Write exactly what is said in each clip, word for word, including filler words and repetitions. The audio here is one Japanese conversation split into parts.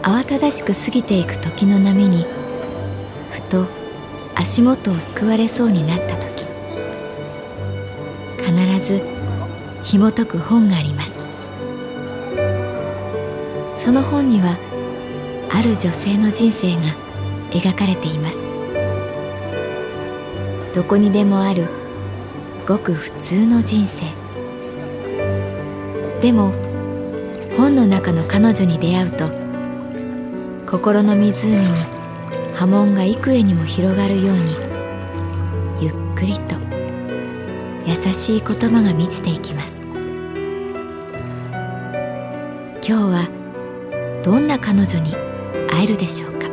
慌ただしく過ぎていく時の波にふと足元をすくわれそうになった時、必ず紐解く本があります。その本にはある女性の人生が描かれています。どこにでもあるごく普通の人生。でも本の中の彼女に出会うと、心の湖に波紋が幾重にも広がるように、ゆっくりと優しい言葉が満ちていきます。今日はどんな彼女に会えるでしょうか。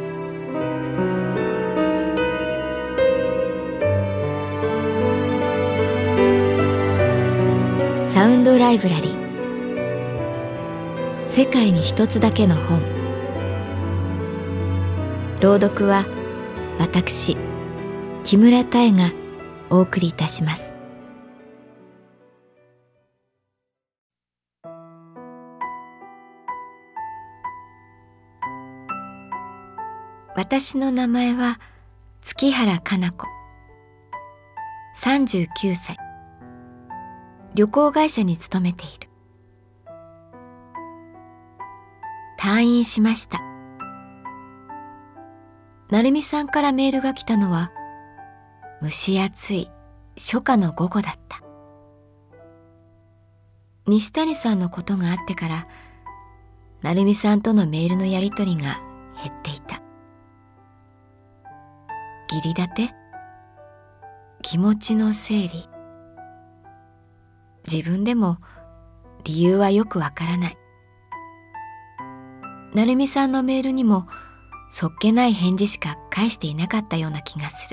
サウンドライブラリー、世界に一つだけの本。朗読は私木村多江がお送りいたします。私の名前は月原かな子、さんじゅうきゅうさい、旅行会社に勤めている。退院しました。成美さんからメールが来たのは蒸し暑い初夏の午後だった。西谷さんのことがあってから成美さんとのメールのやりとりが減っていた。義理立て、気持ちの整理、自分でも理由はよくわからない。成美さんのメールにもそっけない返事しか返していなかったような気がする。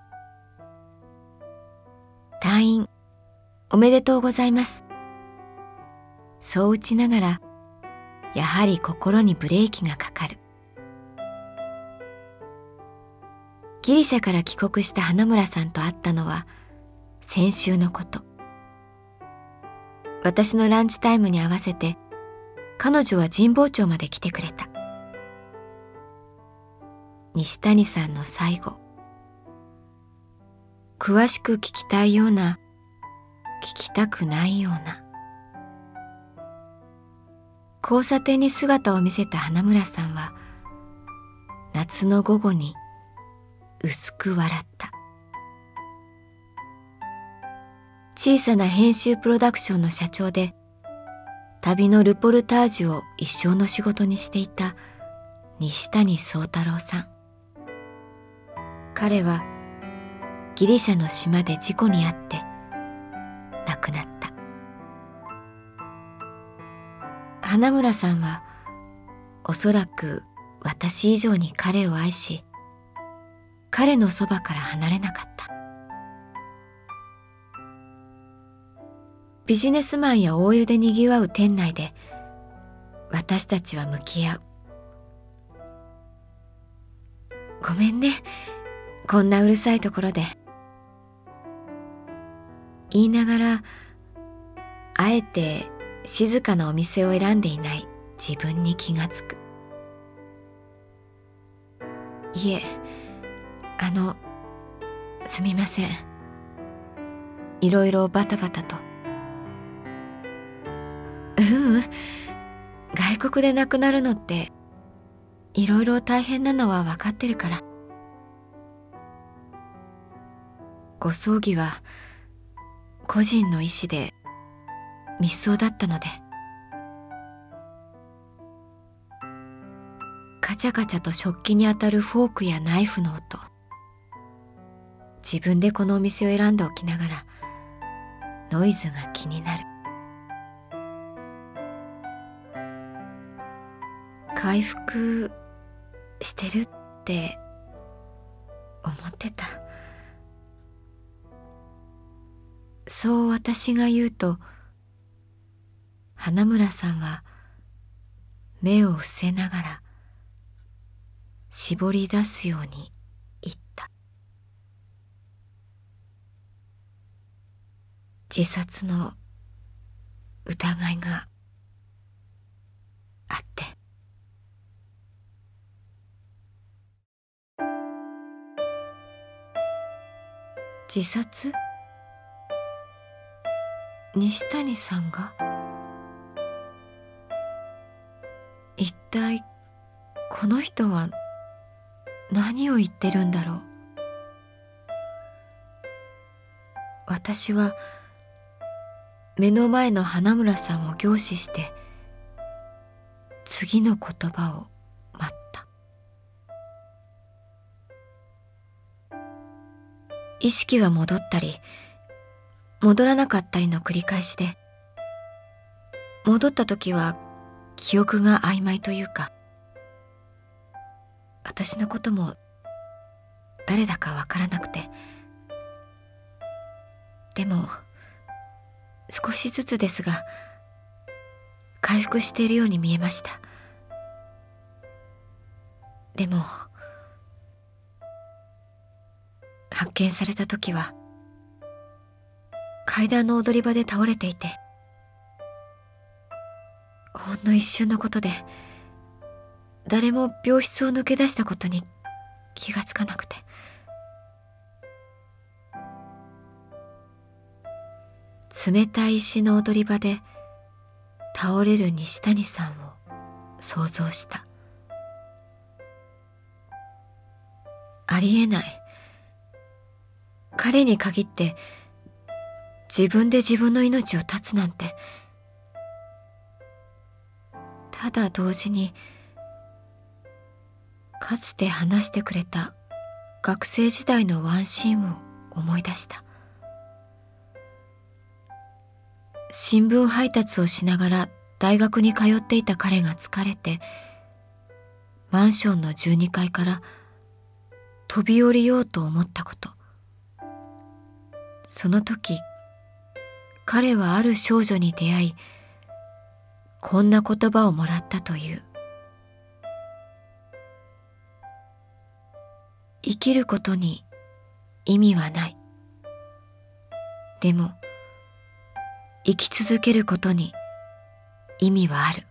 退院おめでとうございます。そう打ちながら、やはり心にブレーキがかかる。ギリシャから帰国した花村さんと会ったのは先週のこと。私のランチタイムに合わせて彼女は神保町まで来てくれた。西谷さんの最後、詳しく聞きたいような、聞きたくないような。交差点に姿を見せた花村さんは夏の午後に薄く笑った。小さな編集プロダクションの社長で、旅のルポルタージュを一生の仕事にしていた西谷宗太郎さん。彼はギリシャの島で事故に遭って亡くなった。花村さんはおそらく私以上に彼を愛し、彼のそばから離れなかった。ビジネスマンや オーエル でにぎわう店内で私たちは向き合う。ごめんね、こんなうるさいところで。言いながら、あえて静かなお店を選んでいない自分に気がつく。いえ、あの、すみません。いろいろバタバタと。ううん、外国で亡くなるのっていろいろ大変なのは分かってるから。ご葬儀は個人の意思で密葬だったので、カチャカチャと食器に当たるフォークやナイフの音、自分でこのお店を選んでおきながらノイズが気になる。回復してるって思ってた。そう私が言うと、花村さんは目を伏せながら絞り出すように言った。自殺の疑いがあって。 自殺？西谷さんが？一体この人は何を言ってるんだろう。私は目の前の花村さんを凝視して次の言葉を待った。意識は戻ったり戻らなかったりの繰り返しで、戻った時は記憶が曖昧というか、私のことも誰だかわからなくて、でも少しずつですが回復しているように見えました。でも発見された時は階段の踊り場で倒れていて、ほんの一瞬のことで誰も病室を抜け出したことに気がつかなくて、冷たい石の踊り場で倒れる西谷さんを想像した。ありえない。彼に限って自分で自分の命を絶つなんて。ただ同時にかつて話してくれた学生時代のワンシーンを思い出した。新聞配達をしながら大学に通っていた彼が疲れてマンションのじゅうにかいから飛び降りようと思ったこと。その時彼はある少女に出会い、こんな言葉をもらったという。生きることに意味はない。でも生き続けることに意味はある。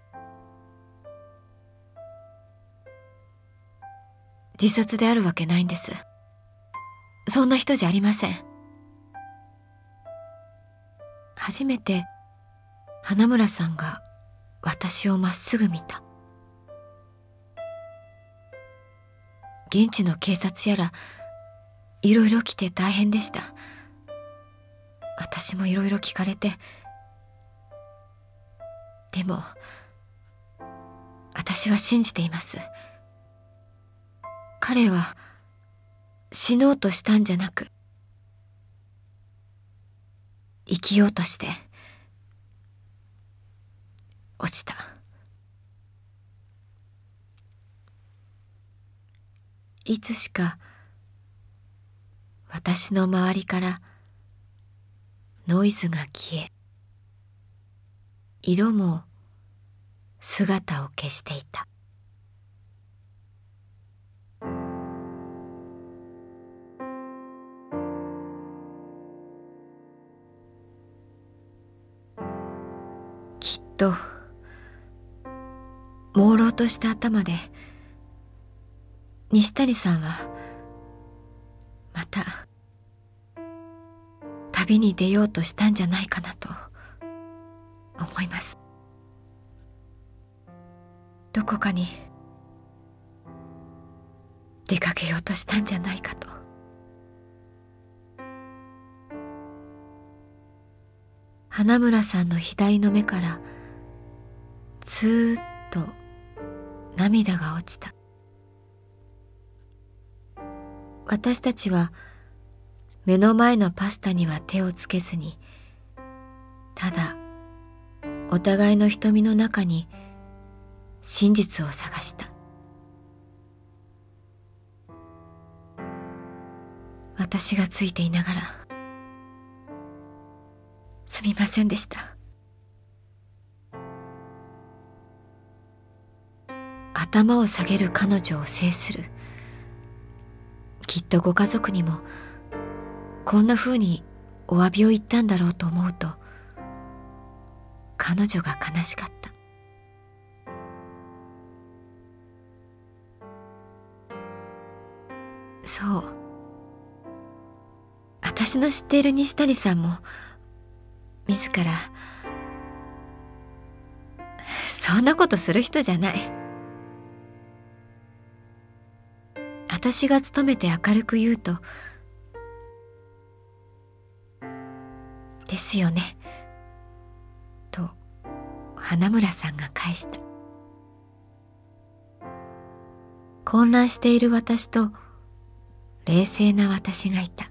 自殺であるわけないんです。そんな人じゃありません。初めて花村さんが私をまっすぐ見た。現地の警察やらいろいろ来て大変でした。私もいろいろ聞かれて、でも私は信じています。彼は死のうとしたんじゃなく生きようとして落ちた。いつしか私の周りからノイズが消え、色も姿を消していた。きっと朦朧とした頭で西谷さんはまた旅に出ようとしたんじゃないかなと思います。どこかに出かけようとしたんじゃないかと。花村さんの左の目からつーっと涙が落ちた。私たちは目の前のパスタには手をつけずに、ただお互いの瞳の中に真実を探した。私がついていながらすみませんでした。頭を下げる彼女を制する。きっとご家族にもこんな風にお詫びを言ったんだろうと思うと彼女が悲しかった。そう、私私の知っている西谷さんも自らそんなことする人じゃない。私が努めて明るく言うと、ですよねと花村さんが返した。混乱している私と冷静な私がいた。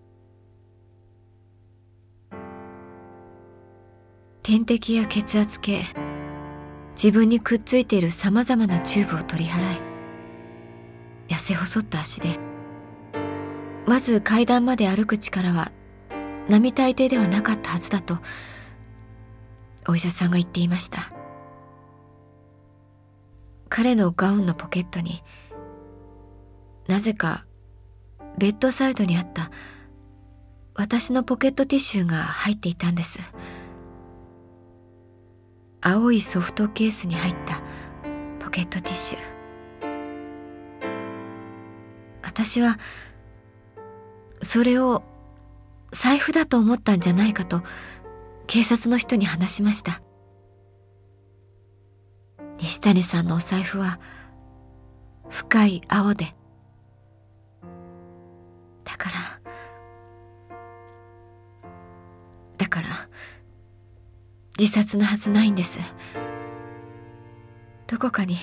点滴や血圧計、自分にくっついているさまざまなチューブを取り払い、痩せ細った足でまず階段まで歩く力は並大抵ではなかったはずだとお医者さんが言っていました。彼のガウンのポケットになぜかベッドサイドにあった私のポケットティッシュが入っていたんです。青いソフトケースに入ったポケットティッシュ。私はそれを財布だと思ったんじゃないかと警察の人に話しました。西谷さんのお財布は深い青で、だからだから自殺のはずないんです。どこかに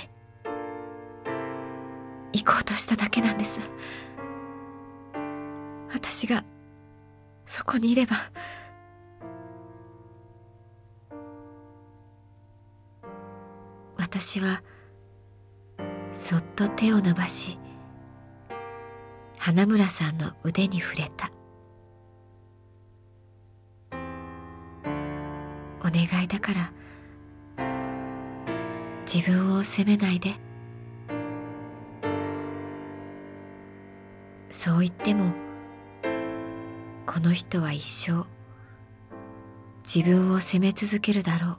行こうとしただけなんです。私がそこにいれば。私はそっと手を伸ばし、花村さんの腕に触れた。お願いだから自分を責めないで。そう言ってもこの人は一生自分を責め続けるだろう。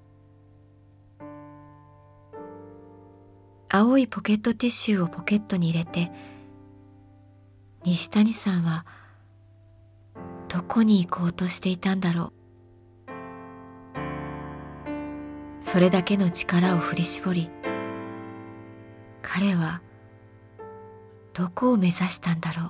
青いポケットティッシュをポケットに入れて、西谷さんはどこに行こうとしていたんだろう。それだけの力を振り絞り、彼はどこを目指したんだろう。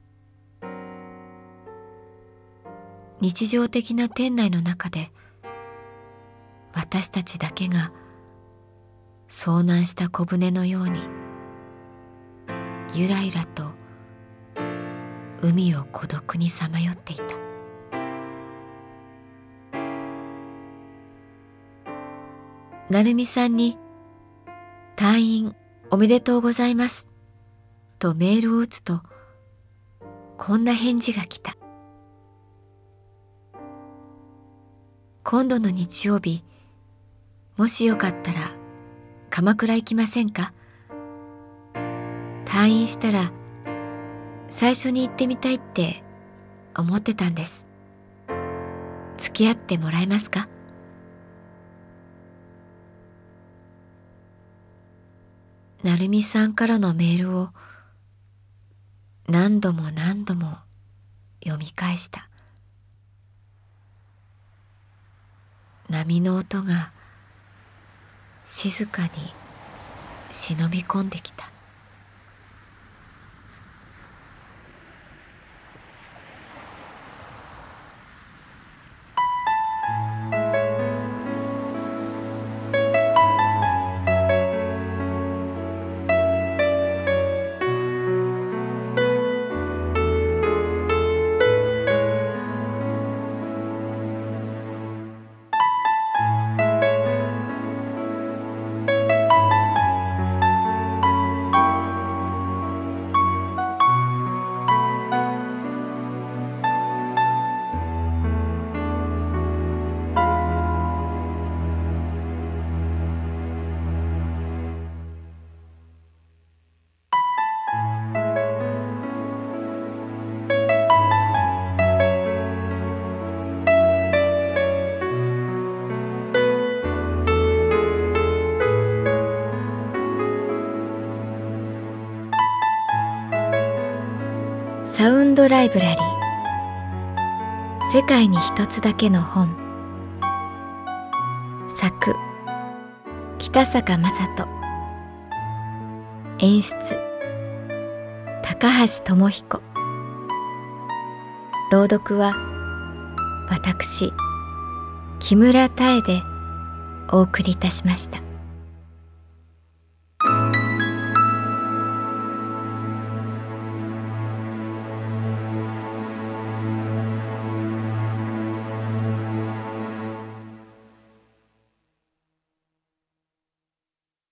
日常的な店内の中で私たちだけが遭難した小舟のようにゆらゆらと海を孤独にさまよっていた。成美さんに退院おめでとうございますとメールを打つと、こんな返事が来た。今度の日曜日、もしよかったら鎌倉行きませんか？退院したら最初に行ってみたいって思ってたんです。付き合ってもらえますか？成美さんからのメールを何度も何度も読み返した。波の音が静かに忍び込んできた。サウンドライブラリー世界に一つだけの本。作北坂雅人、演出高橋智彦。朗読は私木村多江でお送りいたしました。